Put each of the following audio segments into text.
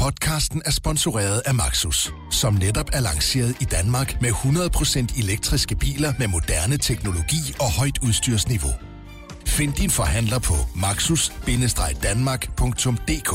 Podcasten er sponsoreret af Maxus, som netop er lanceret i Danmark med 100% elektriske biler med moderne teknologi og højt udstyrsniveau. Find din forhandler på maxus-danmark.dk.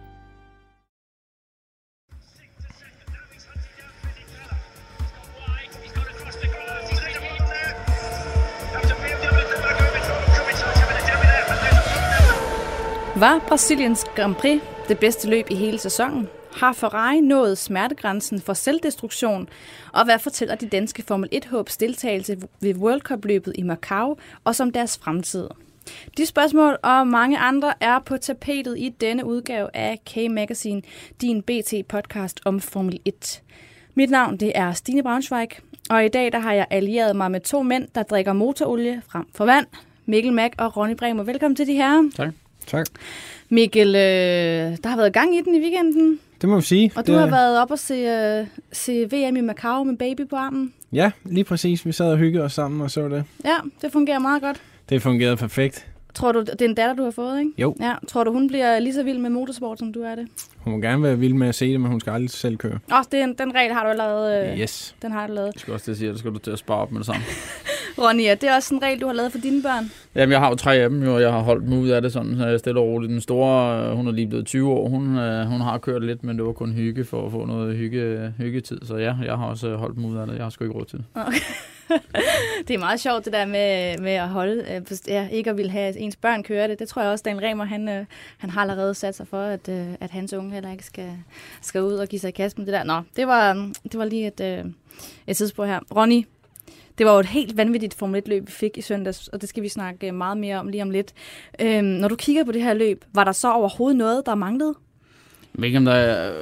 Var Brasiliens Grand Prix det bedste løb i hele sæsonen? Har Ferrari nået smertegrænsen for selvdestruktion? Og hvad fortæller de danske Formel 1-håbs deltagelse ved World Cup-løbet i Macau og som deres fremtid? De spørgsmål og mange andre er på tapetet i denne udgave af K-Magazine, din BT-podcast om Formel 1. Mit navn det er Stine Braunschweig, og i dag der har jeg allieret mig med to mænd, der drikker motorolie frem for vand. Mikkel Mack og Ronny Bremer. Velkommen til de her. Tak. Mikkel, der har været gang i den i weekenden. Det må vi sige. Og du har været op og se VM i Macau med baby på armen. Ja, lige præcis. Vi sad og hyggede os sammen og så det. Ja, det fungerer meget godt. Det fungerede perfekt. Tror du, det er en datter, du har fået, ikke? Jo. Ja, tror du, hun bliver lige så vild med motorsport, som du er det? Hun må gerne være vild med at se det, men hun skal aldrig selv køre. Den regel har du allerede. Yes. Den har du lavet. Jeg skal også til at sige, at skal du til at spare op med det samme. Ronny, det er også en regel, du har lavet for dine børn? Jamen, jeg har jo 3 af dem, og jeg har holdt dem ud af det sådan, så jeg stille og roligt. Den store, hun er lige blevet 20 år, hun har kørt lidt, men det var kun hygge for at få noget hyggetid. Så ja, jeg har også holdt dem ud af det. Jeg har sgu ikke råd til det. Okay. Det er meget sjovt, det der med at holde, ikke at ville have ens børn køre det. Det tror jeg også, Daniel Remer, han har allerede sat sig for, at hans unge heller ikke skal ud og give sig i kast med det der. Nå, det var lige et tidsspor her. Ronny, det var jo et helt vanvittigt Formel 1-løb, vi fik i søndags, og det skal vi snakke meget mere om lige om lidt. Når du kigger på det her løb, var der så overhovedet noget, der manglede? Ikke om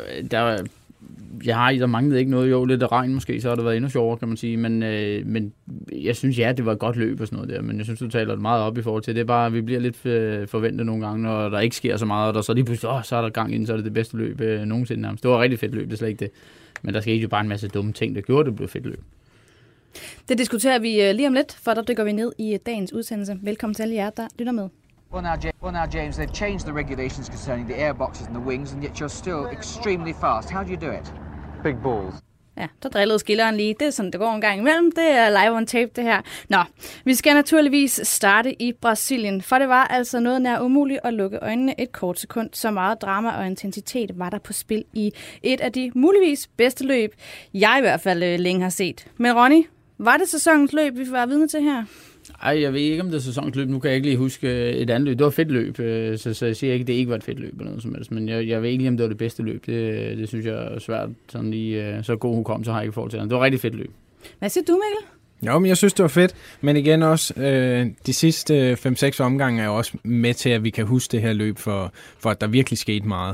der manglede ikke noget. Jo, lidt af regn måske, så har det været endnu sjovere, kan man sige. Men jeg synes, det var et godt løb og sådan noget der. Men jeg synes, du taler det meget op i forhold til det. Bare, vi bliver lidt forventet nogle gange, når der ikke sker så meget. Og der så lige pludselig, så er der gang ind, så er det bedste løb nogensinde nærmest. Det var et rigtig fedt løb, det er slet ikke det. Men der skete jo bare en masse dumme ting, der gjorde det blev fedt løb. Det diskuterer vi lige om lidt, for der dykker vi ned i dagens udsendelse. Velkommen til alle jer, der lytter med. Well now, James, they've changed the regulations concerning the airboxes and the wings, and yet you're still extremely fast. How do you do it? Big balls. Ja, der drillede skilleren lige. Det er sådan, det går en gang imellem. Det er live on tape, det her. Nå, vi skal naturligvis starte i Brasilien, for det var altså noget nær umuligt at lukke øjnene et kort sekund. Så meget drama og intensitet var der på spil i et af de muligvis bedste løb, jeg i hvert fald længe har set. Men Ronny, var det sæsonens løb, vi var vidne til her? Ej, jeg ved ikke, om det er sæsonens løb. Nu kan jeg ikke lige huske et andet løb. Det var et fedt løb, så jeg siger ikke, at det ikke var et fedt løb eller noget som helst. Men jeg ved ikke lige, om det var det bedste løb. Det synes jeg er svært. Sådan lige, så god hukommelse har jeg ikke i forhold til det. Det var et rigtig fedt løb. Hvad siger du, Mikkel? Jo, men jeg synes, det var fedt. Men igen også, de sidste 5-6 omgange er jo også med til, at vi kan huske det her løb, for at der virkelig skete meget.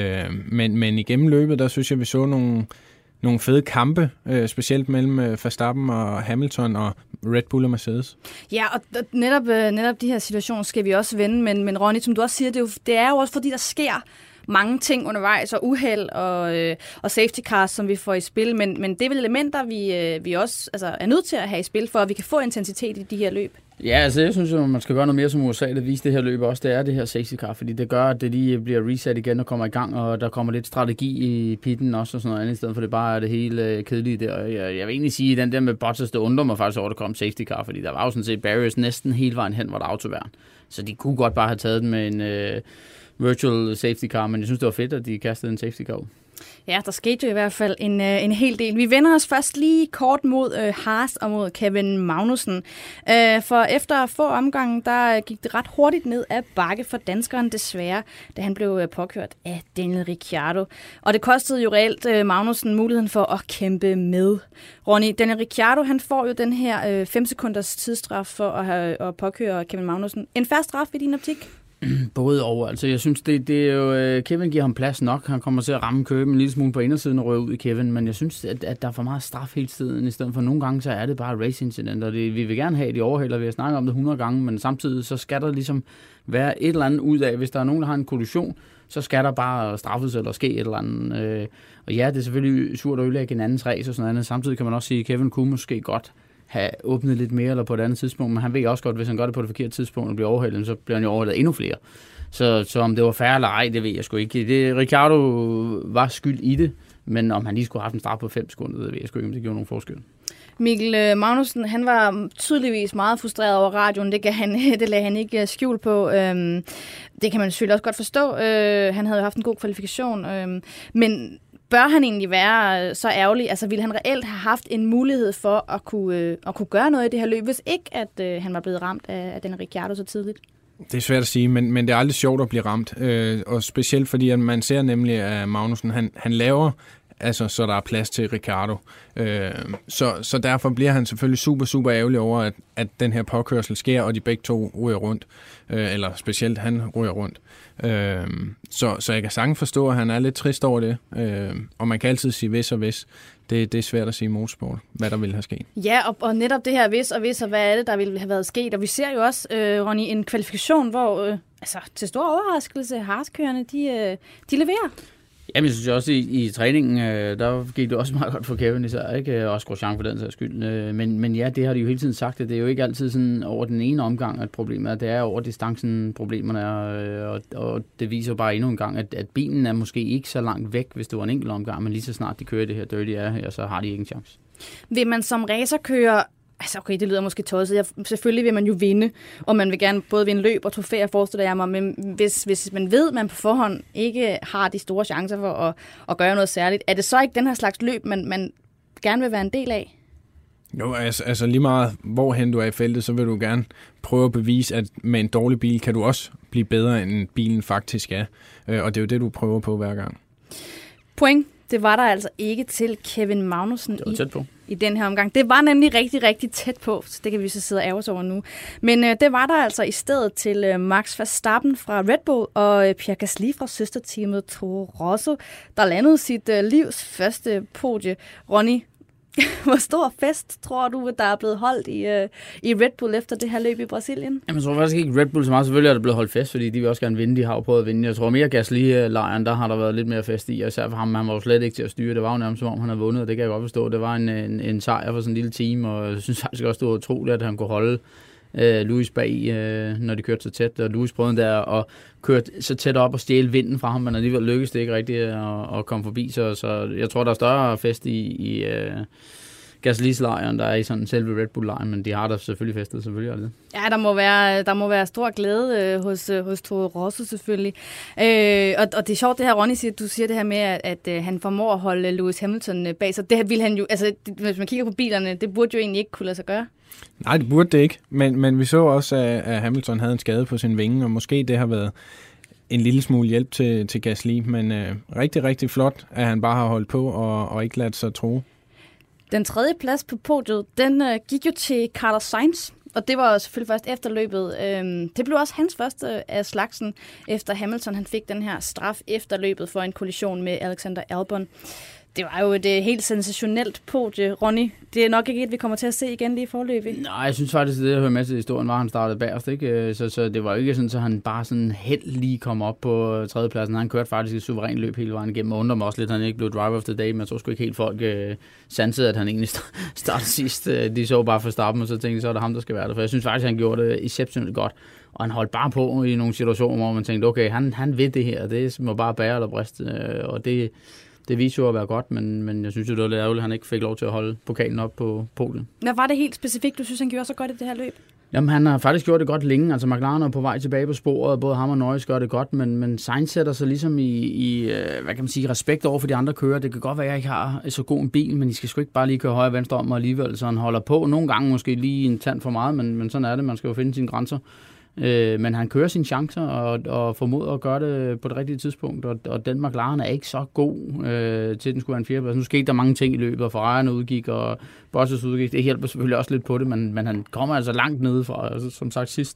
Men igennem løbet, der synes jeg, vi så nogle fede kampe, specielt mellem Verstappen og Hamilton og Red Bull og Mercedes. Ja, og netop de her situationer skal vi også vende, men Ronny, som du også siger, det er jo også fordi, der sker mange ting undervejs, og uheld og safety cars, som vi får i spil, men det er vel elementer, vi også er nødt til at have i spil, for at vi kan få intensitet i de her løb. Ja, altså jeg synes jo, man skal gøre noget mere som USA, der viser det her løb også, det er det her safety car, fordi det gør, at det lige bliver reset igen og kommer i gang, og der kommer lidt strategi i pitten også og sådan noget andet, i stedet for det bare er det hele kedelige der. Jeg vil egentlig sige, at den der med Bottas, det undrer mig faktisk over, at der kom safety car, fordi der var jo sådan set barriers næsten hele vejen hen, hvor der autoværn. Så de kunne godt bare have taget den med en virtual safety car, men jeg synes, det var fedt, at de kastede en safety car. Ja, der skete jo i hvert fald en hel del. Vi vender os først lige kort mod Haas og mod Kevin Magnussen. For efter få omgange, der gik det ret hurtigt ned ad bakke for danskeren desværre, da han blev påkørt af Daniel Ricciardo. Og det kostede jo reelt Magnussen muligheden for at kæmpe med. Ronny, Daniel Ricciardo, han får jo den her 5 sekunders tidsstraf for at påkøre Kevin Magnussen. En fair straf i din optik? Både over. Altså, jeg synes, det er jo... Kevin giver ham plads nok. Han kommer til at ramme Køben en lille smule på indersiden og røve ud i Kevin, men jeg synes, at der er for meget straf hele tiden, i stedet for nogle gange, så er det bare race-incidenter. Vi vil gerne have de overhælder, vi har snakket om det 100 gange, men samtidig så skal der ligesom være et eller andet ud af. Hvis der er nogen, der har en kollision, så skal der bare straffes eller ske et eller andet. Og ja, det er selvfølgelig surt at ødelægge en andens race og sådan noget. Samtidig kan man også sige, at Kevin kunne måske godt have åbnet lidt mere eller på et andet tidspunkt, men han ved også godt, hvis han gør det på det forkerte tidspunkt og bliver overhældet, så bliver han jo overhældet endnu flere. Så om det var fair eller ej, det ved jeg sgu ikke. Ricciardo var skyld i det, men om han lige skulle have haft en straf på 5 sekunder, det ved jeg sgu ikke, om det gjorde nogen forskel. Mikkel Magnussen, han var tydeligvis meget frustreret over radioen. Det lagde han ikke skjul på. Det kan man selvfølgelig også godt forstå. Han havde jo haft en god kvalifikation. Men bør han egentlig være så ærgerlig? Altså, ville han reelt have haft en mulighed for at kunne gøre noget i det her løb, hvis ikke at han var blevet ramt af den Ricciardo så tidligt? Det er svært at sige, men det er aldrig sjovt at blive ramt. Og specielt fordi at man ser nemlig, at Magnussen han laver, altså, så der er plads til Ricciardo. Så derfor bliver han selvfølgelig super, super ærgerlig over, at den her påkørsel sker, og de begge to ryger rundt. Eller specielt han ryger rundt. Så jeg kan sagtens forstå, at han er lidt trist over det. Og man kan altid sige hvis og hvis. Det er svært at sige i motorsport, hvad der ville have sket. Ja, og netop det her hvis og hvad er det, der ville have været sket. Og vi ser jo også, Ronny, en kvalifikation, hvor til stor overraskelse, Haas-kørerne, de leverer. Jamen, jeg synes også, i træningen, der gik det også meget godt for Kevin især, ikke? Også Grosjean for den sags skyld. Men ja, det har de jo hele tiden sagt, at det er jo ikke altid sådan over den ene omgang, at problemet er. Det er over distancen, problemerne er, og det viser bare endnu en gang, at bilen er måske ikke så langt væk, hvis det var en enkelt omgang, men lige så snart de kører det her dirty er her, så har de ikke en chance. Vil man som racerkører, altså okay, det lyder måske tosset. Selvfølgelig vil man jo vinde, og man vil gerne både vinde løb og trofæer, forestiller jeg mig. Men hvis man ved, at man på forhånd ikke har de store chancer for at gøre noget særligt, er det så ikke den her slags løb, man gerne vil være en del af? Jo, altså lige meget hvorhen du er i feltet, så vil du gerne prøve at bevise, at med en dårlig bil kan du også blive bedre, end bilen faktisk er. Og det er jo det, du prøver på hver gang. Point. Det var der altså ikke til Kevin Magnussen i den her omgang. Det var nemlig rigtig, rigtig tæt på, så det kan vi så sidde og ærge os over nu. Men det var der altså i stedet til Max Verstappen fra Red Bull og Pierre Gasly fra søsterteamet Toro Rosso, der landede sit livs første podie. Ronny, hvor stor fest tror du, der er blevet holdt i Red Bull efter det her løb i Brasilien? Jamen, jeg tror faktisk ikke Red Bull så meget. Selvfølgelig er der blevet holdt fest, fordi de vil også gerne vinde. De har jo prøvet at vinde. Jeg tror mere Gasly-lejren, der har der været lidt mere fest i. Og især for ham, han var jo slet ikke til at styre. Det var jo nærmest som om, han havde vundet, og det kan jeg godt forstå. Det var en sejr for sådan en lille team, og jeg synes faktisk også, det var utroligt, at han kunne holde Lewis bag, når de kørte så tæt. Og Lewis prøvede der og kørte så tæt op og stjæle vinden fra ham, men alligevel lykkedes det ikke rigtigt at komme forbi. Så jeg tror, der er større fest i Gaslys lejren, der er i sådan selve Red Bull-lejren, men de har der selvfølgelig festet, selvfølgelig aldrig. Ja, der må være stor glæde hos Toro Rosso selvfølgelig. Og det er sjovt, det her Ronny siger, du siger det her med, at han formår at holde Lewis Hamilton bag sig. Det vil han jo, altså hvis man kigger på bilerne, det burde jo egentlig ikke kunne lade sig gøre. Nej, det burde det ikke, men vi så også, at Hamilton havde en skade på sin vinge, og måske det har været en lille smule hjælp til Gasly, men rigtig, rigtig flot, at han bare har holdt på og ikke ladet sig tro. Den tredje plads på podiet, den gik jo til Carlos Sainz, og det var selvfølgelig først efter løbet. Det blev også hans første af slagsen, efter Hamilton han fik den her straf efter løbet for en kollision med Alexander Albon. Det var jo et helt sensationelt podie, Ronny. Det er nok ikke et, vi kommer til at se igen lige i forløbet. Nej, jeg synes faktisk, at det, jeg hører med til historien, var, at han startede bagerst, ikke? Så det var jo ikke sådan, at han bare sådan helt lige kom op på tredjepladsen. Han kørte faktisk et suverænt løb hele vejen igennem, og undrer mig også lidt, at han ikke blev driver of the day, men jeg tror sgu ikke helt folk sansede, at han egentlig startede sidst. De så bare for starten, og så tænkte så er det ham, der skal være der. For jeg synes faktisk, at han gjorde det exceptionelt godt. Og han holdt bare på i nogle situationer, hvor man tænkte, okay, han ved det her, det må bare bære eller briste, og det viser jo at være godt, men jeg synes jo, det var lidt ærgerligt, at han ikke fik lov til at holde pokalen op på podiet. Hvad var det helt specifikt, du synes, han gjorde så godt i det her løb? Jamen, han har faktisk gjort det godt længe. Altså, McLaren er på vej tilbage på sporet. Både ham og Norris gør det godt, men Sainz sætter sig ligesom i hvad kan man sige, respekt over for de andre kører. Det kan godt være, at jeg ikke har så god en bil, men I skal sgu ikke bare lige køre højre og venstre om og alligevel, så han holder på. Nogle gange måske lige en tand for meget, men sådan er det. Man skal jo finde sine grænser. Men han kører sine chancer og formoder at gøre det på det rigtige tidspunkt, og den McLaren er ikke så god til den skulle være en fjerdeplads. Nu skete der mange ting i løbet, og Ferrari'erne udgik, og Bottas udgik. Det hjælper selvfølgelig også lidt på det, men han kommer altså langt nede fra, altså, som sagt sidst,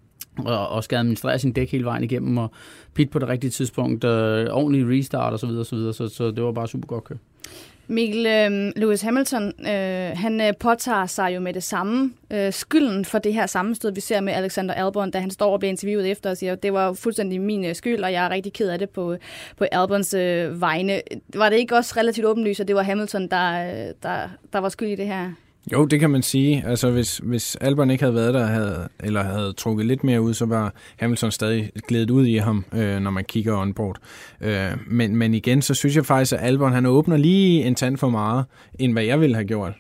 og skal administrere sin dæk hele vejen igennem, og pit på det rigtige tidspunkt, ordentlig restart osv., så det var bare super godt kørt. Mikkel, Lewis Hamilton, han påtager sig jo med det samme skylden for det her sammenstød, vi ser med Alexander Albon, da han står og bliver interviewet efter og siger, at det var fuldstændig min skyld, og jeg er rigtig ked af det på Albons vegne. Var det ikke også relativt åbenlyst, at det var Hamilton, der var skyld i det her? Jo, det kan man sige. Altså, hvis Albon ikke havde været der, havde trukket lidt mere ud, så var Hamilton stadig glædet ud i ham, når man kigger onboard. Men igen, så synes jeg faktisk, at Albon han åbner lige en tand for meget, end hvad jeg ville have gjort.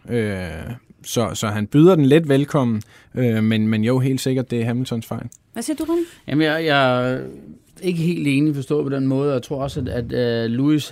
Så han byder den lidt velkommen, men jo, helt sikkert, det er Hamiltons fejl. Hvad siger du, Ronny? Jamen, jeg er ikke helt enig forstået på den måde. Jeg tror også, at Lewis,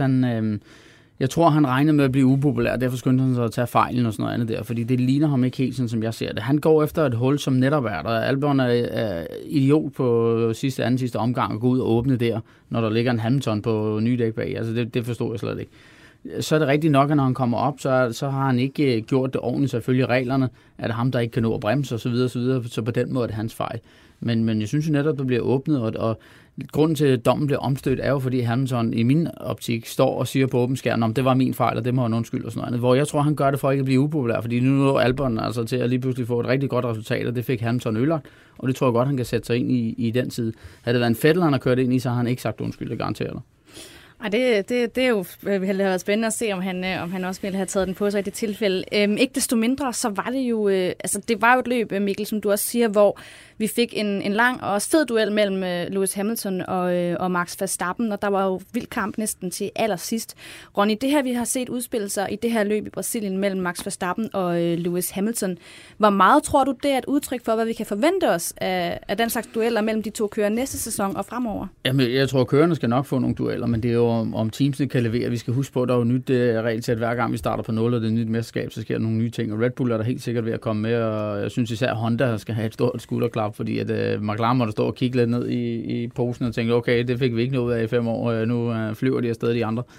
jeg tror, han regner med at blive upopulær, derfor skyndte han sig at tage fejlen og sådan noget andet der, fordi det ligner ham ikke helt, sådan som jeg ser det. Han går efter et hul, som netop er der. Albon er idiot på sidste omgang og gå ud og åbne der, når der ligger en Hamilton på nye dæk bag. Altså, det forstår jeg slet ikke. Så er det rigtigt nok, at når han kommer op, så har han ikke gjort det ordentligt, selvfølgelig reglerne, at det ham, der ikke kan nå at bremse osv., så på den måde er det hans fejl. Men jeg synes jo netop, der bliver åbnet, og grunden til, at dommen bliver omstødt, er jo, fordi Hamilton i min optik står og siger på åben skærm, om det var min fejl, og det må han undskylde og sådan noget. Hvor jeg tror, han gør det for ikke at blive upopulær, fordi nu er Albon altså til at lige pludselig få et rigtig godt resultat, og det fik Hamilton ødelagt, og det tror jeg godt, han kan sætte sig ind i den side. Havde det været en Vettel, han har kørt ind i, så har han ikke sagt undskyld, det garanterer dig. Ej, det er jo været spændende at se, om han også ville have taget den på sig i det tilfælde. Ikke desto mindre, så var det jo, det var jo et løb, Mikkel, som du også siger, hvor vi fik en lang og fed duel mellem Lewis Hamilton og Max Verstappen, og der var jo vild kamp næsten til allersidst. Ronny, det her, vi har set udspille sig i det her løb i Brasilien mellem Max Verstappen og Lewis Hamilton. Hvor meget tror du, det er et udtryk for, hvad vi kan forvente os af den slags dueller mellem de to kører næste sæson og fremover? Jamen, jeg tror, kørerne skal nok få nogle dueller, men det er jo om teamsene kan levere. Vi skal huske på, at der er jo nyt regelsæt hver gang vi starter på 0, og det er et nyt mesterskab, så sker der nogle nye ting. Og Red Bull er der helt sikkert ved at komme med, og jeg synes især Honda skal have et stort skulderklap, fordi at McLaren måtte stå og kigge lidt ned i posen og tænke, okay, det fik vi ikke noget af i 5 år, nu flyver de afsted de andre.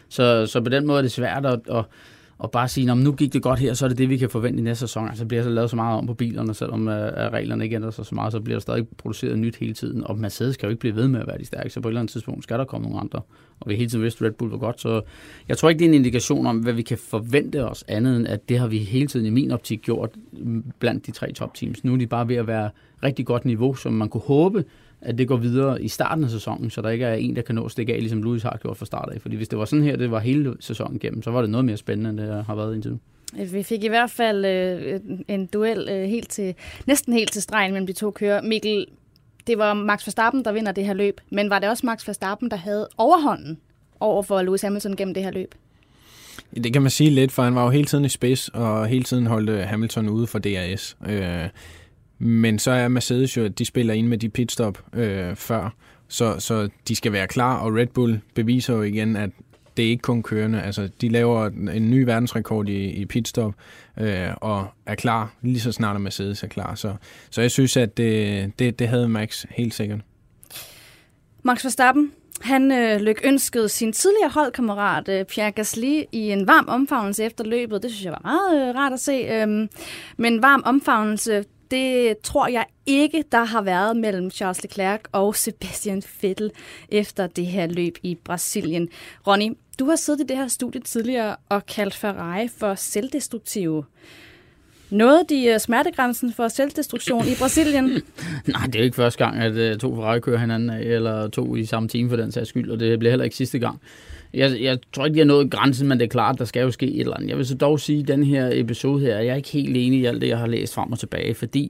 Så på den måde er det svært at bare sige, nu gik det godt her, så er det vi kan forvente i næste sæson. Altså bliver så lavet så meget om på bilerne, selvom reglerne ikke ændrer sig så meget, så bliver der stadig produceret nyt hele tiden. Og Mercedes kan jo ikke blive ved med at være de stærke, så på et eller andet tidspunkt skal der komme nogle andre. Og vi hele tiden vidste, Red Bull var godt, så jeg tror ikke, det er en indikation om, hvad vi kan forvente os andet, end at det har vi hele tiden i min optik gjort blandt de 3 topteams. Nu er de bare ved at være rigtig godt niveau, som man kunne håbe, at det går videre i starten af sæsonen, så der ikke er en, der kan nå at stikke af, ligesom Lewis har gjort fra start af. Fordi hvis det var sådan her, det var hele sæsonen igennem, så var det noget mere spændende, end det har været indtil nu. Vi fik i hvert fald en duel næsten helt til stregen mellem de to kører. Mikkel, det var Max Verstappen, der vinder det her løb, men var det også Max Verstappen, der havde overhånden over for Lewis Hamilton gennem det her løb? Det kan man sige lidt, for han var jo hele tiden i spids, og hele tiden holdt Hamilton ude for DRS. Men så er Mercedes jo, at de spiller ind med de pitstop før, så de skal være klar, og Red Bull beviser jo igen, at det er ikke kun kørende. Altså, de laver en ny verdensrekord i pitstop, og er klar lige så snart, at Mercedes er klar. Så jeg synes, at det havde Max helt sikkert. Max Verstappen, han lykønskede sin tidligere holdkammerat Pierre Gasly i en varm omfavnelse efter løbet. Det synes jeg var meget rart at se. Men en varm omfavnelse, det tror jeg ikke, der har været mellem Charles Leclerc og Sebastian Vettel efter det her løb i Brasilien. Ronny, du har siddet i det her studie tidligere og kaldt Ferrari for selvdestruktive. Nåede de smertegrænsen for selvdestruktion i Brasilien? Nej, det er jo ikke første gang, at 2 Ferrari kører hinanden af, eller 2 i samme team for den sags skyld, og det bliver heller ikke sidste gang. Jeg tror ikke, de har nået grænsen, men det er klart, der skal jo ske et eller andet. Jeg vil så dog sige, at den her episode her, jeg er ikke helt enig i alt det, jeg har læst frem og tilbage, fordi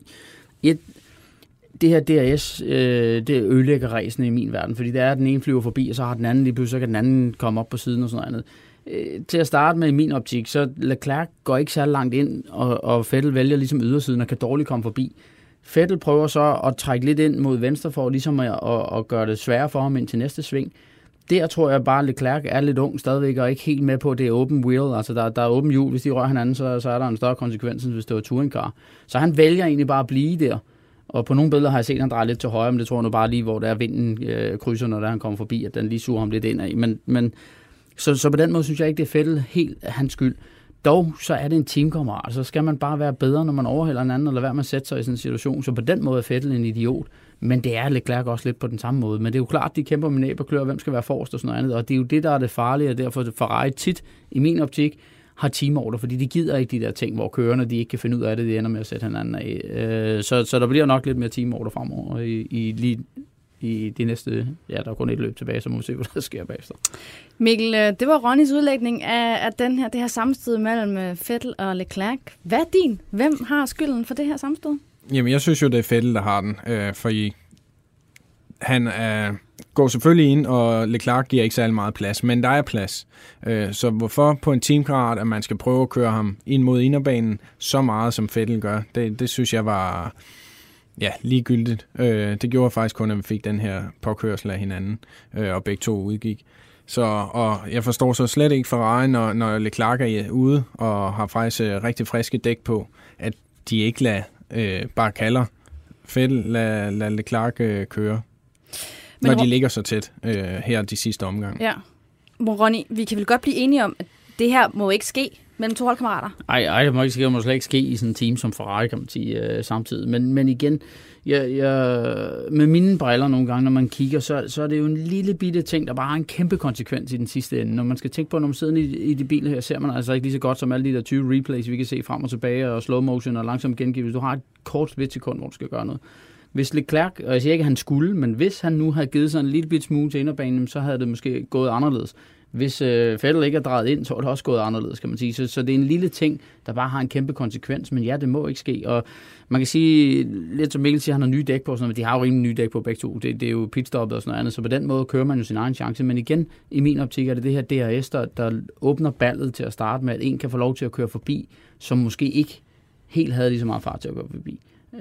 det her DRS, det ødelægger racene i min verden, fordi det er, at den ene flyver forbi, og så har den anden lige pludselig, så kan den anden komme op på siden og sådan noget andet. Til at starte med i min optik, så Leclerc går ikke særlig langt ind, og Vettel vælger ligesom ydersiden og kan dårligt komme forbi. Vettel prøver så at trække lidt ind mod venstre for ligesom at gøre det sværere for ham ind til næste sving. Der tror jeg bare, at Leclerc er lidt ung stadigvæk, og ikke helt med på, at det er open wheel. Altså, der er åben hjul. Hvis de rører hinanden, så er der en større konsekvens, end hvis det var touringcar. Så han vælger egentlig bare at blive der. Og på nogle billeder har jeg set, at han drejer lidt til højre, men det tror jeg nu bare lige, hvor der er vinden krydser, når der han kommer forbi, at den lige suger ham lidt ind af. Men så på den måde synes jeg ikke, det er Vettel helt hans skyld. Dog så er det en teamkammerat, så skal man bare være bedre, når man overhælder en anden, eller lade være med at sætte sig i sådan en situation. Så på den måde er Vettel en idiot. Men det er Leclerc også lidt på den samme måde. Men det er jo klart, de kæmper med næb og klør, hvem skal være forrest og sådan noget andet. Og det er jo det, der er det farlige, og derfor Ferrari tit, i min optik, har teamorder, fordi de gider ikke de der ting, hvor kørerne de ikke kan finde ud af det, de ender med at sætte hinanden af. Så der bliver nok lidt mere teamorder fremover i de næste, ja, der er kun et løb tilbage, så må vi se, hvad der sker bagefter. Mikkel, det var Ronnys udlægning af det her sammenstød mellem Vettel og Leclerc. Hvad er din? Hvem har skylden for det her sammenstød? Jamen, jeg synes jo, det er Vettel, der har den, fordi han går selvfølgelig ind, og Leclerc giver ikke særlig meget plads, men der er plads. Så hvorfor på en teamkammerat, at man skal prøve at køre ham ind mod inderbanen så meget, som Vettel gør, det synes jeg var ligegyldigt. Det gjorde faktisk kun, at vi fik den her påkørsel af hinanden, og begge to udgik. Og jeg forstår så slet ikke Ferrari, når Leclerc er ude og har faktisk rigtig friske dæk på, at de ikke bare kalder Vettel, lad Leclerc køre, når de ligger så tæt her de sidste omgang. Ja. Ronny, vi kan vel godt blive enige om, at det her må ikke ske mellem to holdkammerater? Nej, det må ikke ske. Det må slet ikke ske i sådan en team som Ferrari, kan man sige, samtidig. Men igen, med mine briller nogle gange, når man kigger, så er det jo en lille bitte ting, der bare har en kæmpe konsekvens i den sidste ende. Når man skal tænke på, når man sidder i de biler her, ser man altså ikke lige så godt som alle de der 20 replays, vi kan se frem og tilbage, og slow motion og langsom gengivelse. Du har et kort splitsekund, hvor du skal gøre noget. Hvis Leclerc, og jeg siger ikke, at han skulle, men hvis han nu havde givet sig en lille bit smule til inderbanen, så havde det måske gået anderledes. Hvis Vettel ikke er drejet ind, så er det også gået anderledes, kan man sige. Så det er en lille ting, der bare har en kæmpe konsekvens, men ja, det må ikke ske. Og man kan sige, lidt som Mikkel siger, han har nye dæk på, sådan, men de har jo rimelig nye dæk på begge to. Det er jo pitstoppet og sådan noget andet, så på den måde kører man jo sin egen chance. Men igen, i min optik er det her DRS, der åbner ballet til at starte med, at en kan få lov til at køre forbi, som måske ikke helt havde lige så meget fart til at køre forbi.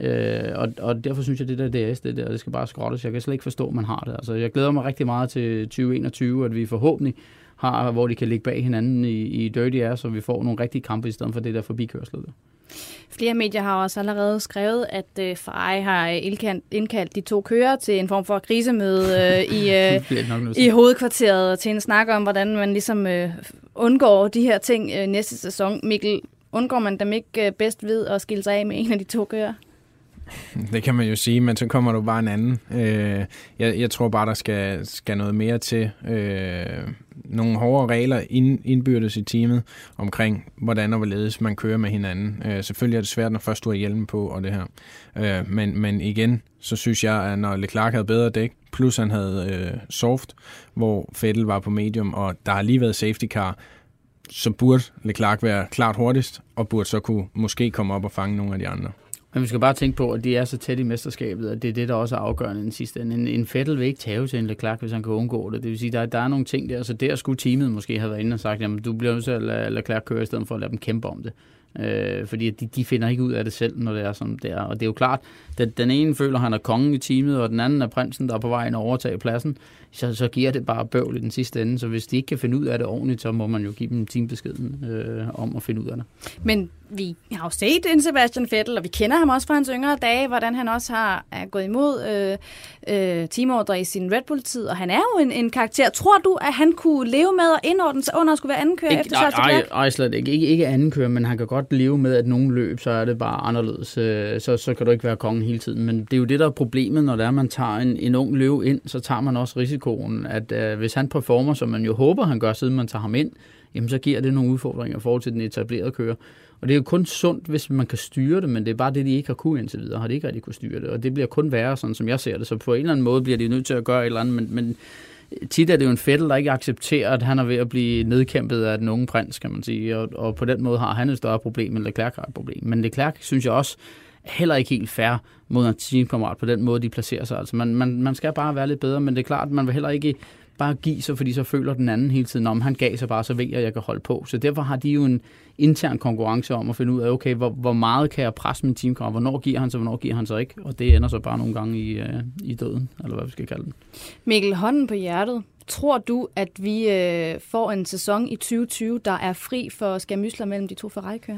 Og derfor synes jeg, det der DRS, det skal bare skrottes. Jeg kan slet ikke forstå, at man har det. Altså, jeg glæder mig rigtig meget til 2021, at vi forhåbentlig har, hvor de kan ligge bag hinanden i Dirty Air, så vi får nogle rigtige kampe i stedet for det der forbikørsel. Flere medier har også allerede skrevet, at Ferrari har indkaldt de to kører til en form for krisemøde i hovedkvarteret til en snak om, hvordan man ligesom undgår de her ting næste sæson. Mikkel, undgår man dem ikke bedst ved at skille sig af med en af de to kører? Det kan man jo sige, men så kommer du bare en anden. Jeg tror bare, der skal noget mere til. Nogle hårdere regler indbyrdes i teamet omkring, hvordan og hvorledes man kører med hinanden. Selvfølgelig er det svært, når først du har hjelmen på og det her. Men igen, så synes jeg, at når Leclerc havde bedre dæk, plus han havde soft, hvor Vettel var på medium, og der har lige været safety car, så burde Leclerc være klart hurtigst, og burde så kunne måske komme op og fange nogle af de andre. Men vi skal bare tænke på, at de er så tæt i mesterskabet, at det er det, der også er afgørende i den sidste ende. En Vettel vil ikke tage til en Leclerc, hvis han kan undgå det. Det vil sige, der er nogle ting der, så der skulle teamet måske have været inde og sagt, jamen du bliver nødt til at lade Leclerc køre, i stedet for at lade dem kæmpe om det. Fordi de finder ikke ud af det selv, når det er som det er. Og det er jo klart, at den ene føler, at han er kongen i teamet, og den anden er prinsen, der er på vej ind og overtage pladsen. Så giver det bare bøvl i den sidste ende. Så hvis de ikke kan finde ud af det ordentligt, så må man jo give dem teambeskeden om at finde ud af det. Men vi har jo set en Sebastian Vettel, og vi kender ham også fra hans yngre dage, hvordan han også er gået imod teamordre i sin Red Bull-tid, og han er jo en karakter. Tror du, at han kunne leve med at indordne sig under at skulle være andenkører efter Charles Leclerc? Nej, slet ikke. Ikke andenkører, men han kan godt leve med, at nogle løb, så er det bare anderledes. Så kan du ikke være kongen hele tiden. Men det er jo det, der er problemet, når det er, man tager en ung løv ind, så tager man også risikoen, at hvis han performer, som man jo håber, han gør, siden man tager ham ind, jamen så giver det nogle udfordringer i forhold til den etablerede kører. Og det er jo kun sundt, hvis man kan styre det, men det er bare det, de ikke har kunnet indtil videre. Har de ikke rigtig kunne styre det, og det bliver kun værre, sådan som jeg ser det. Så på en eller anden måde bliver de nødt til at gøre et eller andet, men tit er det jo en Vettel, der ikke accepterer, at han er ved at blive nedkæmpet af den unge prins, kan man sige. Og på den måde har han et større problem, end Leclerc har et problem. Men Leclerc, synes jeg også, heller ikke helt fair mod en teamkammerat på den måde, de placerer sig. Altså man skal bare være lidt bedre, men det er klart, at man vil heller ikke bare give sig, fordi så føler den anden hele tiden, om han gav sig bare, så ved jeg kan holde på. Så derfor har de jo en intern konkurrence om at finde ud af, okay, hvor meget kan jeg presse min teamkammerat, hvornår giver han sig, hvornår giver han sig ikke, og det ender så bare nogle gange i døden, eller hvad vi skal kalde den. Mikkel, hånden på hjertet. Tror du, at vi får en sæson i 2020, der er fri for skærmysler mellem de to Ferrari-kører?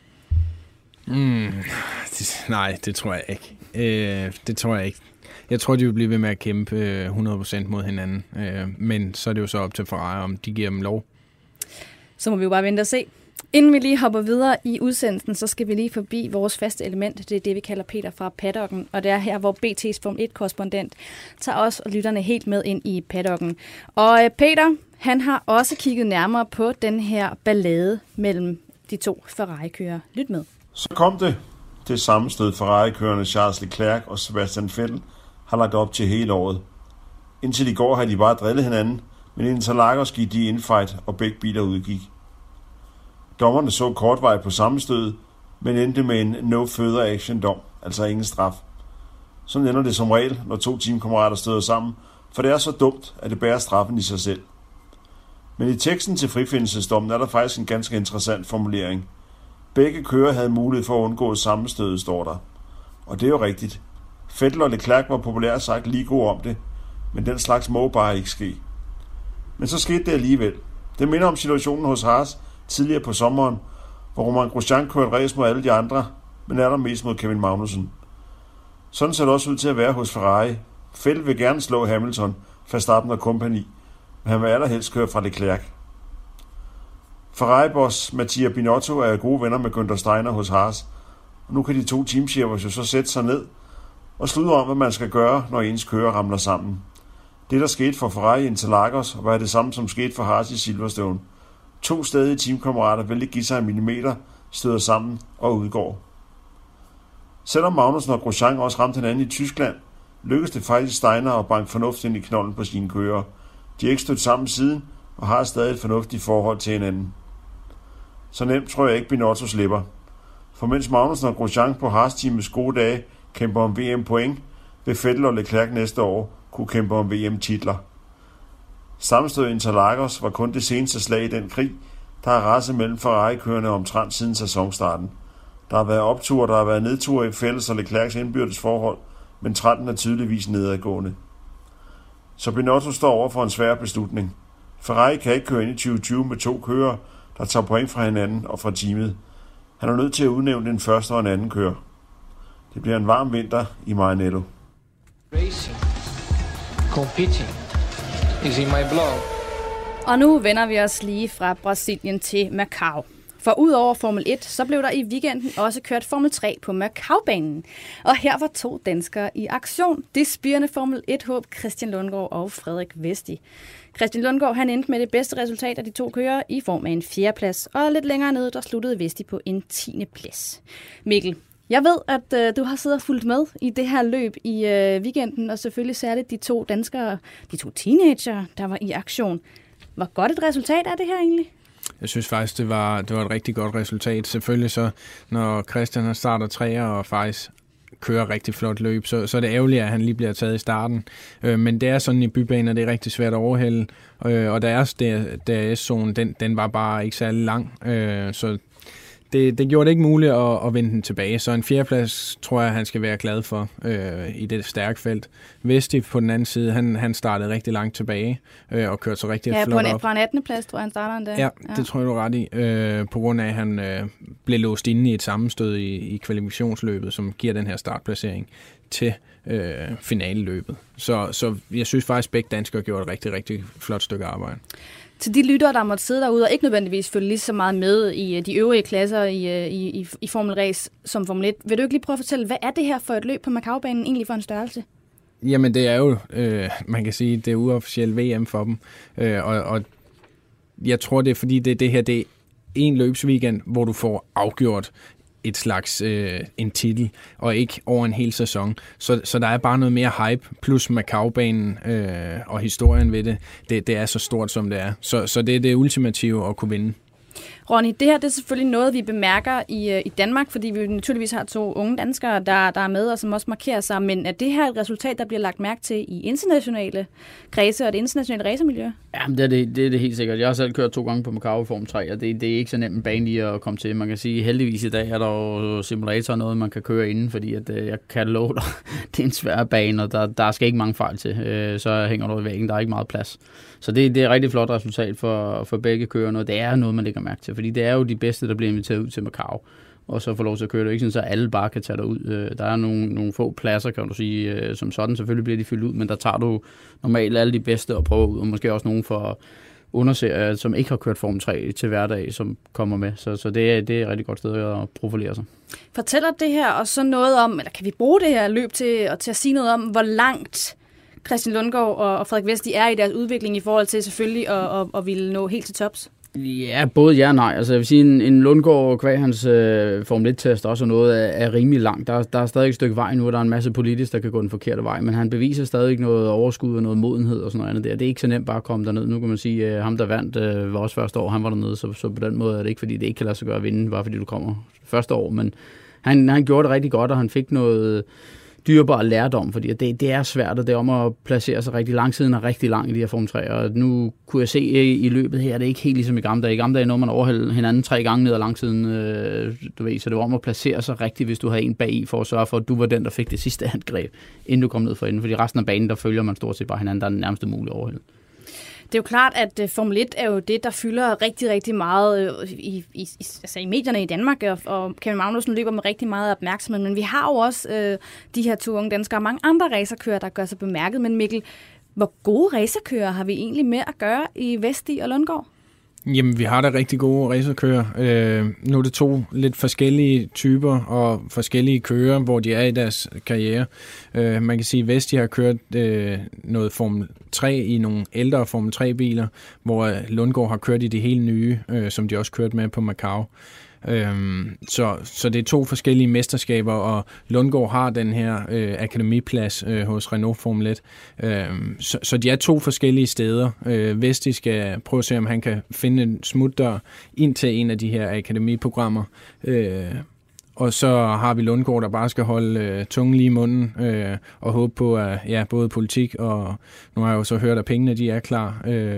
Nej, det tror jeg ikke. Det tror jeg ikke. Jeg tror, de vil blive ved med at kæmpe 100% mod hinanden. Men så er det jo så op til Ferrari, om de giver dem lov. Så må vi jo bare vente og se. Inden vi lige hopper videre i udsendelsen, så skal vi lige forbi vores faste element. Det er det, vi kalder Peter fra paddocken. Og det er her, hvor BT's Formel 1-korrespondent tager os og lytterne helt med ind i paddocken. Og Peter, han har også kigget nærmere på den her ballade mellem de to Ferrari-kører. Lyt med. Så kom det sammenstød Ferrari-kørende Charles Leclerc og Sebastian Vettel har lagt op til hele året. Indtil i går har de bare drillet hinanden men Interlagos gik de infight, og begge biler udgik. Dommerne så kortvej på sammenstødet, men endte med en no further action dom, altså ingen straf. Sådan ender det som regel, når 2 teamkammerater støder sammen, for det er så dumt, at det bærer straffen i sig selv. Men i teksten til frifindelsesdommen er der faktisk en ganske interessant formulering. Begge kører havde mulighed for at undgå sammenstødet, står der. Og det er jo rigtigt. Vettel og Leclerc var populært sagt lige gode om det, men den slags må bare ikke ske. Men så skete det alligevel. Det minder om situationen hos Haas tidligere på sommeren, hvor Romain Grosjean kørte race mod alle de andre, men er der mest mod Kevin Magnussen. Sådan ser det også ud til at være hos Ferrari. Vettel vil gerne slå Hamilton, Verstappen og kompagni, men han vil allerhelst køre fra Leclerc. Ferrari-boss Mattia Binotto er gode venner med Günther Steiner hos Haas, og nu kan de 2 teamchefers jo så sætte sig ned og sludre om, hvad man skal gøre, når ens kører ramler sammen. Det, der skete for Ferrari i Interlagos, var det samme, som skete for Haas i Silverstone. 2 stadige teamkammerater vil ikke give sig en millimeter, støder sammen og udgår. Selvom Magnussen og Grosjean også ramte hinanden i Tyskland, lykkedes det faktisk Steiner at banke fornuft ind i knolden på sine kører. De er ikke stødt sammen siden, og har stadig et fornuftigt forhold til hinanden. Så nemt tror jeg ikke Binotto slipper. For mens Magnussen og Grosjean på Haas-teamets gode dage kæmper om VM-point, vil Vettel og Leclerc næste år kunne kæmpe om VM-titler. Sammenstødet i Interlagos var kun det seneste slag i den krig, der har raset mellem Ferrari-kørerne omtrent siden sæsonstarten. Der har været optur, der har været nedtur i Vettels og Leclercs indbyrdes forhold, men trenden er tydeligvis nedadgående. Så Binotto står over for en svær beslutning. Ferrari kan ikke køre ind i 2020 med 2 kører, der tager point fra hinanden og fra teamet. Han er nødt til at udnævne den første og en anden kører. Det bliver en varm vinter i Maranello. Racing, competing is in my blood. Og nu vender vi os lige fra Brasilien til Macau. For ud over Formel 1, så blev der i weekenden også kørt Formel 3 på Macau-banen. Og her var 2 danskere i aktion. Det spirende Formel 1-håb Christian Lundgaard og Frederik Vesti. Christian Lundgaard han endte med det bedste resultat af de 2 kører i form af en 4. plads. Og lidt længere nede, der sluttede Vesti på en 10. plads. Mikkel, jeg ved, at du har siddet og fulgt med i det her løb i weekenden, og selvfølgelig særligt de 2 danskere, de 2 teenager, der var i aktion. Hvor godt et resultat er det her egentlig? Jeg synes faktisk, det var et rigtig godt resultat. Selvfølgelig så, når Christian starter 3'er og faktisk kører rigtig flot løb, så er det ærgerligt, at han lige bliver taget i starten. Men det er sådan i bybaner, det er rigtig svært at overhælde. Og deres DRS-zone, den var bare ikke særlig lang. Så det gjorde det ikke muligt at vende den tilbage. Så en 4. plads tror jeg, han skal være glad for i det stærke felt. Vesti på den anden side, han startede rigtig langt tilbage og kørte så rigtig flot op. På en 18. plads, tror jeg, han starter en dag. Ja, det tror jeg, du er ret i. På grund af, at han blev låst inde i et sammenstød i kvalifikationsløbet, som giver den her startplacering til finaleløbet. Så jeg synes faktisk, begge danskere gjorde et rigtig, rigtig flot stykke arbejde. Til de lyttere, der måtte sidde derude og ikke nødvendigvis følge lige så meget med i de øvrige klasser i Formel Race som Formel 1, vil du ikke lige prøve at fortælle, hvad er det her for et løb på Macau-banen egentlig for en størrelse? Jamen det er jo, man kan sige, det er uofficielt VM for dem, og jeg tror det er fordi det er en løbsweekend, hvor du får afgjort et slags en titel, og ikke over en hel sæson. Så der er bare noget mere hype, plus Macau-banen og historien ved det er så stort, som det er. Så det er det ultimative at kunne vinde. Ronny, det her det er selvfølgelig noget, vi bemærker i Danmark, fordi vi naturligvis har 2 unge danskere, der er med, og som også markerer sig. Men er det her et resultat, der bliver lagt mærke til i internationale kredse og det internationale racermiljø? Jamen, det er det helt sikkert. Jeg har selv kørt 2 gange på Macau i Form 3, og det er ikke så nemt en bane lige at komme til. Man kan sige, heldigvis i dag er der jo simulator noget, man kan køre inden, fordi at, jeg kan love dig, det er en svær bane, og der skal ikke mange fejl til. Så hænger du i væggen, der er ikke meget plads. Så det er et rigtig flot resultat for begge kørerne, og det er noget, man lægger mærke til, fordi det er jo de bedste, der bliver inviteret ud til Macau, og så får lov til at køre det. Ikke sådan, så alle bare kan tage derud. Der er nogle få pladser, kan du sige, som sådan. Selvfølgelig bliver de fyldt ud, men der tager du normalt alle de bedste og prøver ud, og måske også nogen for underserier, som ikke har kørt Form 3 til hverdag, som kommer med. Så det er et rigtig godt sted at profilere sig. Fortæller det her også noget om, eller kan vi bruge det her løb til at sige noget om, hvor langt Christian Lundgaard og Frederik Vesti er i deres udvikling i forhold til selvfølgelig at ville nå helt til tops? Ja, både ja og nej. Altså jeg vil sige, en Lundgaard kvæg hans Formel 1-test også noget er rimelig langt. Der er stadig et stykke vej nu, og der er en masse politisk, der kan gå den forkerte vej, men han beviser stadig noget overskud og noget modenhed og sådan noget andet der. Det er ikke så nemt bare at komme derned. Nu kan man sige, at ham der vandt vores første år, han var dernede, så på den måde er det ikke, fordi det ikke kan lade sig gøre at vinde, bare fordi du kommer første år, men han gjorde det rigtig godt, og han fik noget dyrebar lærdom, fordi det er svært, og det er om at placere sig rigtig lang. Siden er rigtig lang i de her Form 3, og nu kunne jeg se i løbet her, det er ikke helt ligesom i gamle dage. I gamle dage når man overhælder hinanden 3 gange ned ad langsiden, du ved, så det var om at placere sig rigtigt, hvis du havde en bag i, for at sørge for, at du var den, der fik det sidste angreb, inden du kom ned for enden, fordi resten af banen, der følger man stort set bare hinanden, der er nærmest umuligt at overhælde. Det er jo klart, at Formel 1 er jo det, der fylder rigtig, rigtig meget i medierne i Danmark, og Kevin Magnussen løber med rigtig meget opmærksomhed, men vi har jo også de her 2 unge danskere og mange andre racerkører, der gør sig bemærket. Men Mikkel, hvor gode racerkører har vi egentlig med at gøre i Vesti og Lundgaard? Jamen, vi har da rigtig gode racerkører. Nu er det 2 lidt forskellige typer og forskellige kører, hvor de er i deres karriere. Man kan sige, at Vesti har kørt noget Formel 3 i nogle ældre Formel 3-biler, hvor Lundgaard har kørt i de helt nye, som de også kørte med på Macau. Så det er 2 forskellige mesterskaber, og Lundgaard har den her akademiplads hos Renault Formel 1. Så de er 2 forskellige steder. Vesti skal prøve at se, om han kan finde en smutdør ind til en af de her akademiprogrammer. Og så har vi Lundgaard, der bare skal holde tungen lige i munden og håbe på, at både politik og nu har jeg jo så hørt, at pengene de er klar.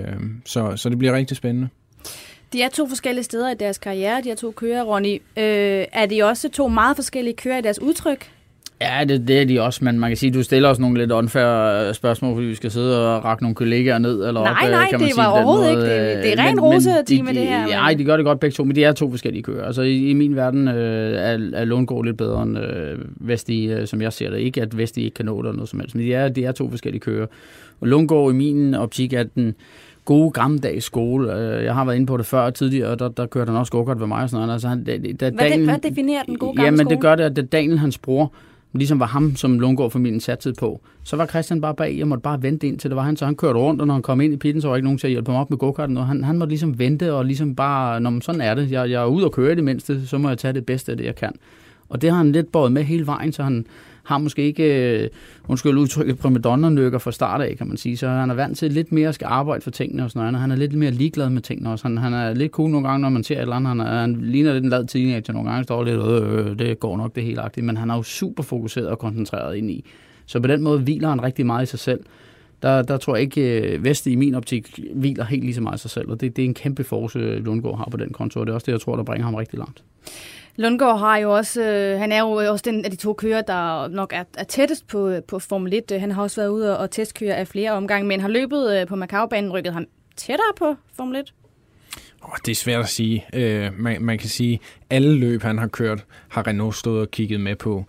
Så det bliver rigtig spændende. De er 2 forskellige steder i deres karriere, de her 2 kører, Ronny. Er de også 2 meget forskellige kører i deres udtryk? Ja, det er de også, men man kan sige, at du stiller os nogle lidt unfair spørgsmål, fordi vi skal sidde og række nogle kollegaer ned. Eller nej, op, kan man det sige, var overhovedet ikke. Det er ren rosetime det her. Nej, de gør det godt begge 2, men de er 2 forskellige kører. Altså i min verden er Lundgaard lidt bedre end Vesti, som jeg ser det. Ikke at Vesti ikke kan nå det eller noget som helst, men de er 2 forskellige kører. Og Lundgaard i min optik er den gode gammeldags skole. Jeg har været inde på det før tidligere, og der kørte han også go-kart ved mig og sådan noget. Altså, hvad definerer den gode gamle skole? Jamen det gør det, at da Daniel, hans bror, ligesom var ham, som Lundgaard-familien satte tid på, så var Christian bare bag, og måtte bare vente ind til det var han, så han kørte rundt, og når han kom ind i pitten, så var ikke nogen til at hjælpe ham op med go-karten, og han måtte ligesom vente, og ligesom bare, når sådan er det, jeg er ude og køre i det mindste, så må jeg tage det bedste af det, jeg kan. Og det har han lidt båret med hele vejen, så han har måske ikke, udtrykket primadonna-nykker fra start af, kan man sige. Så han er vant til lidt mere at skal arbejde for tingene og sådan noget. Han er lidt mere ligeglad med tingene også. Han er lidt cool nogle gange, når man ser et eller andet. Han ligner lidt en lad teenager nogle gange, står lidt, det går nok det helt agtigt. Men han er jo super fokuseret og koncentreret ind i. Så på den måde hviler han rigtig meget i sig selv. Der tror jeg ikke, Vesti i min optik hviler helt lige så meget i sig selv. Og det er en kæmpe force, Lundgaard har på den konto. Og det er også det, jeg tror, der bringer ham rigtig langt. Lundgaard har jo også, han er jo også den af de 2 kører, der nok er tættest på Formel 1. Han har også været ude og testkøre af flere omgange, men har løbet på Macau-banen, rykket han tættere på Formel 1? Det er svært at sige. Man kan sige, at alle løb, han har kørt, har Renault stået og kigget med på,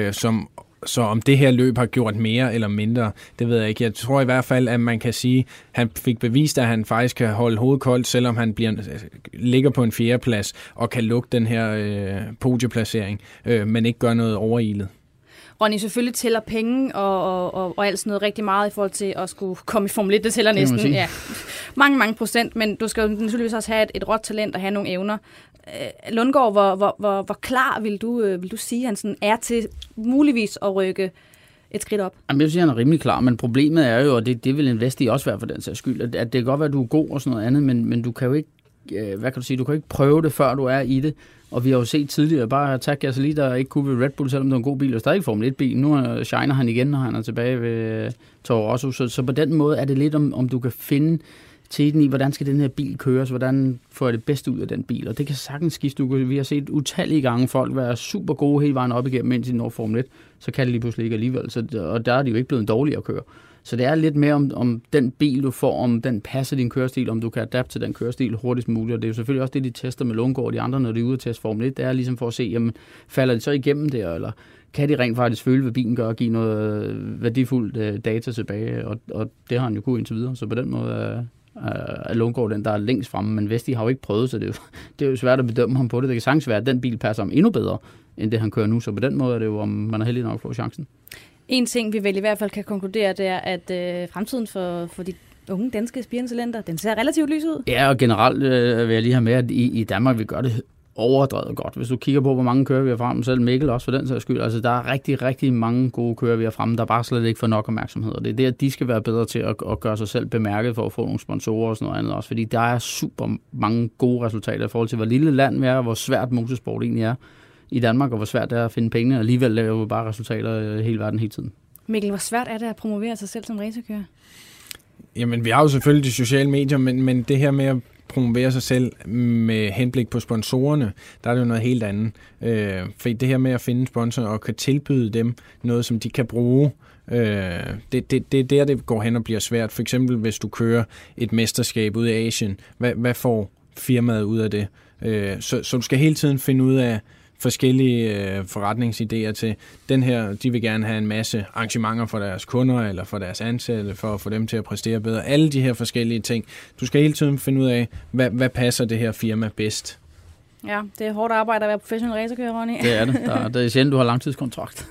Så om det her løb har gjort mere eller mindre, det ved jeg ikke. Jeg tror i hvert fald, at man kan sige, at han fik bevist, at han faktisk kan holde hovedet koldt, selvom han ligger på en 4. plads og kan lukke den her podieplacering, men ikke gør noget overilet. Ronny, selvfølgelig tæller penge og alt sådan noget rigtig meget i forhold til at skulle komme i Formel 1. Det tæller næsten mange procent, men du skal jo naturligvis også have et råt talent og have nogle evner. Lundgaard, hvor klar vil du sige, han sådan er til muligvis at rykke et skridt op? Jamen, jeg vil sige, han er rimelig klar, men problemet er jo, og det vil en Vesti også være for den sags skyld, at det kan godt være, at du er god og sådan noget andet, men du kan jo ikke, du kan ikke prøve det, før du er i det. Og vi har jo set tidligere, bare Tag Gasly, der ikke kunne ved Red Bull, selvom det var en god bil, og stadig Formel 1-bil. Nu shiner han igen, når han er tilbage ved Toro Rosso. Så på den måde er det lidt, om du kan finde teten i, hvordan skal den her bil køres, hvordan får jeg det bedste ud af den bil. Og det kan sagtens skifte. Vi har set utallige gange folk være super gode hele vejen op igennem, indtil de når Formel 1. Så kan det lige pludselig ikke alligevel. Og der er de jo ikke blevet dårlige at køre. Så det er lidt mere om den bil, du får, om den passer din kørestil, om du kan adapte til den kørestil hurtigst muligt. Og det er jo selvfølgelig også det, de tester med Lundgaard og de andre, når de er ude at teste Formel 1. Det er ligesom for at se, jamen, falder de så igennem det, eller kan de rent faktisk føle, hvad bilen gør, og give noget værdifuldt data tilbage. Og det har han jo kunnet indtil videre. Så på den måde er Lundgaard den, der er længst fremme. Men Vesti har jo ikke prøvet, så det er jo svært at bedømme ham på det. Det kan sagtens være, at den bil passer ham endnu bedre, end det han kører nu. Så på den måde er det jo, om man er heldig nok at få chancen. En ting, vi vel i hvert fald kan konkludere, det er, at fremtiden for de unge danske spirende-talenter. Den ser relativt lys ud. Ja, og generelt vil jeg lige have med, at i Danmark vi gør det overdrevet godt. Hvis du kigger på, hvor mange kører vi har frem, selv Mikkel også for den sags skyld. Altså, der er rigtig, rigtig mange gode kører vi har frem, der bare slet ikke får nok opmærksomhed. Og det er det, at de skal være bedre til at gøre sig selv bemærket for at få nogle sponsorer og sådan noget andet også. Fordi der er super mange gode resultater i forhold til, hvor lille land vi er, og hvor svært motorsport egentlig er i Danmark, og hvor svært det er at finde penge. Og alligevel laver vi bare resultater hele verden hele tiden. Mikkel, hvor svært er det at promovere sig selv som racerkører? Jamen, vi har jo selvfølgelig de sociale medier, men det her med at promovere sig selv med henblik på sponsorerne, der er det jo noget helt andet. For det her med at finde sponsorer og kan tilbyde dem noget, som de kan bruge, det er der, det går hen og bliver svært. For eksempel, hvis du kører et mesterskab ud i Asien, hvad får firmaet ud af det? Så du skal hele tiden finde ud af forskellige forretningsidéer til den her. De vil gerne have en masse arrangementer for deres kunder eller for deres ansatte, for at få dem til at præstere bedre. Alle de her forskellige ting. Du skal hele tiden finde ud af, hvad passer det her firma bedst. Ja, det er hårdt arbejde at være professionel racerkører, Ronny. Det er det. Det er sjældent, du har langtidskontrakt.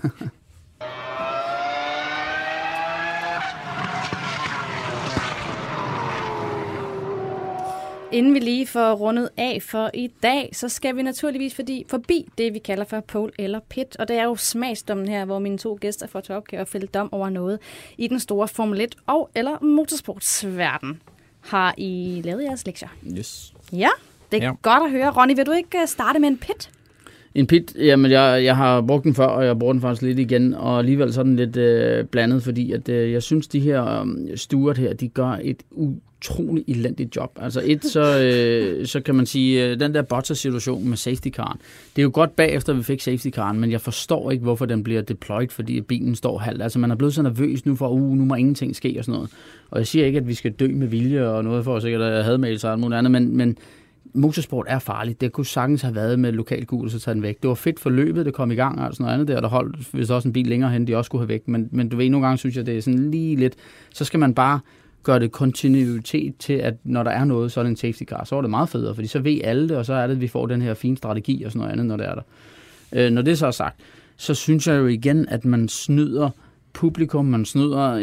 Inden vi lige får rundet af for i dag, så skal vi naturligvis forbi det, vi kalder for pole eller pit. Og det er jo smagsdommen her, hvor mine 2 gæster får til opgave at fælde dom over noget i den store Formel 1 og eller motorsportsverden. Har I lavet jeres lektier? Yes. Ja, det er godt at høre. Ronny, vil du ikke starte med en pit? En pit, jamen jeg har brugt den før, og jeg bruger den faktisk lidt igen, og alligevel sådan lidt blandet, fordi at, jeg synes, de her Stewart her, de gør et utroligt elendigt job. Altså så kan man sige, den der Bottas-situation med safety caren, det er jo godt bagefter, vi fik safety caren, men jeg forstår ikke, hvorfor den bliver deployed, fordi bilen står halvt. Altså man er blevet så nervøs nu for, nu må ingenting ske og sådan noget. Og jeg siger ikke, at vi skal dø med vilje og noget for sikkert at have med sig og noget andet, men motorsport er farligt. Det kunne sagtens have været med lokalgul, så tage den væk. Det var fedt for løbet, det kom i gang og sådan noget andet der holdt, hvis også en bil længere hen, de også skulle have væk. Men du ved, nogle gange synes jeg, det er sådan lige lidt, så skal man bare gøre det kontinuitet til, at når der er noget, så er det en safety car. Så er det meget federe, fordi så ved alle det, og så er det, at vi får den her fine strategi og sådan noget andet, når det er der. Når det så er sagt, så synes jeg jo igen, at man snyder publikum, man snyder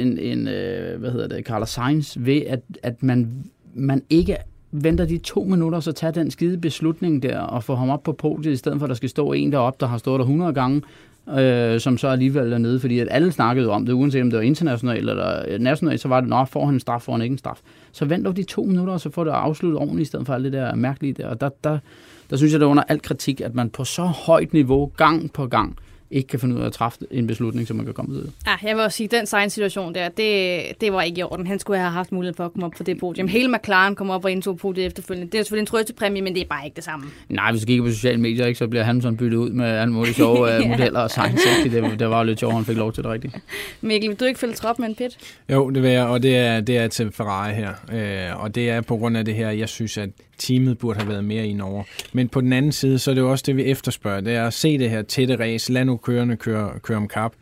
Carlos Sainz ved, at man ikke venter de 2 minutter, så tager den skide beslutning der, og får ham op på podiet, i stedet for, at der skal stå en deroppe, der har stået der 100 gange, som så alligevel er nede, fordi at alle snakkede om det, uanset om det var internationalt eller nationalt, så var det, får han en straf, får han ikke en straf. Så vent dog de 2 minutter, og så får det afsluttet ordentligt, i stedet for alt det der mærkelige der. Og der synes jeg, det er under al kritik, at man på så højt niveau, gang på gang, ikke kan finde ud af at træffe en beslutning, som man kan komme ud af. Jeg vil også sige, den Sainz-situation der, det var ikke i orden. Han skulle have haft mulighed for at komme op på det podium. Hele McLaren kom op og indtog podiet efterfølgende. Det er selvfølgelig en trøstepræmie, men det er bare ikke det samme. Nej, hvis du kigger på sociale medier, ikke, så bliver Hamilton byttet ud med alle mulige sjove modeller og Sainz. Det var jo lidt sjovt, han fik lov til det rigtigt. Mikkel, vil du ikke følge trop med en pit? Jo, det vil jeg, og det er til Ferrari her. Og det er på grund af det her, jeg synes, at teamet burde have været mere ind over. Men på den anden side, så er det jo også det, vi efterspørger. Det er at se det her tætte race. Lad nu kørende køre om kap.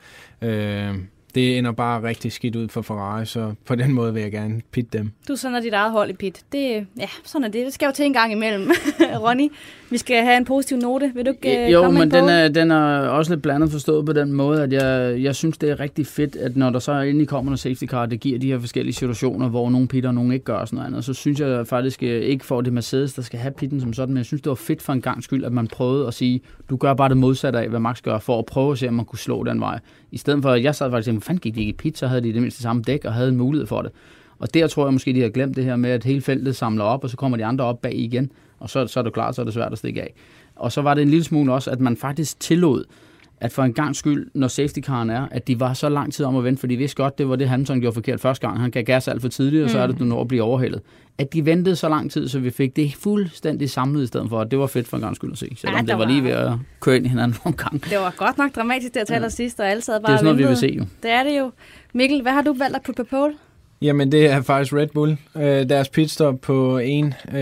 Det ender bare rigtig skidt ud for Ferrari, så på den måde vil jeg gerne pitte dem. Du sender dit eget hold i pit. Sådan er det. Det skal jo til en gang imellem. Ronny, vi skal have en positiv note. Vil du ikke komme ind på? Jo, men den er også lidt blandet forstået på den måde, at jeg synes, det er rigtig fedt, at når der så endelig kommer noget safety car, det giver de her forskellige situationer, hvor nogle pitter og nogle ikke gør sådan noget andet. Så synes jeg faktisk ikke for det Mercedes, der skal have pitten som sådan, men jeg synes, det var fedt for en gang skyld, at man prøvede at sige, du gør bare det modsatte af, hvad Max gør, for at prøve at se, om man kunne slå den vej. I stedet for, at jeg sad faktisk og fanden gik de ikke i pit, så havde de det mindste samme dæk og havde en mulighed for det. Og der tror jeg måske, de har glemt det her med, at hele feltet samler op, og så kommer de andre op bag igen, og så er det klart, så er det svært at stikke af. Og så var det en lille smule også, at man faktisk tillod, at for en gang skyld, når safety caren er, at de var så lang tid om at vente, for de vidste godt, det var det Hamilton gjorde forkert første gang. Han gav gas alt for tidligt, og så er det, du når at blive overhældet. At de ventede så lang tid, så vi fik det fuldstændig samlet i stedet for, at det var fedt for en gang skyld at se, selvom det var lige ved at køre ind i hinanden nogle gange. Det var godt nok dramatisk det at tale sidst, og alle sad bare. Det er sådan noget, vi vil se jo. Det er det jo. Mikkel, hvad har du valgt at putte på pole? Jamen, det er faktisk Red Bull. Deres pitstop på 1,82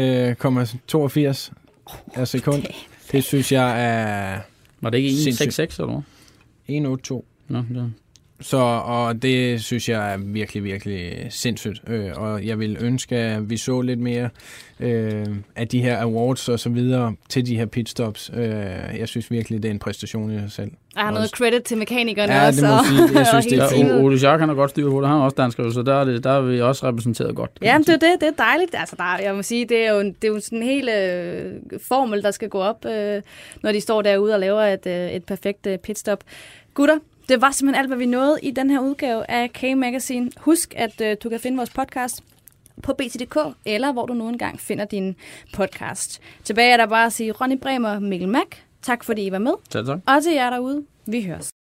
af sekund. Okay. Det synes jeg er... Var det ikke 1,66 eller noget? 1,82. Nå, det og det synes jeg er virkelig, virkelig sindssygt. Og jeg vil ønske, at vi så lidt mere af de her awards og så videre til de her pitstops. Jeg synes virkelig, det er en præstation i sig selv. Jeg har noget credit til mekanikerne ja, også. Det må sige. Jeg synes, det er fint. Ole Schack, han har godt styr på det. Han er også dansker, så der er vi også repræsenteret godt. Ja, det er dejligt. Altså, jeg må sige, det er jo sådan en hel formel, der skal gå op, når de står derude og laver et perfekt pitstop. Gutter, det var simpelthen alt, hvad vi nåede i den her udgave af K-Magazine. Husk, at du kan finde vores podcast på BT.dk, eller hvor du nu engang finder din podcast. Tilbage er der bare at sige Ronny Bremer og Mikkel Mack. Tak fordi I var med. Tak. Og til jer derude, vi høres.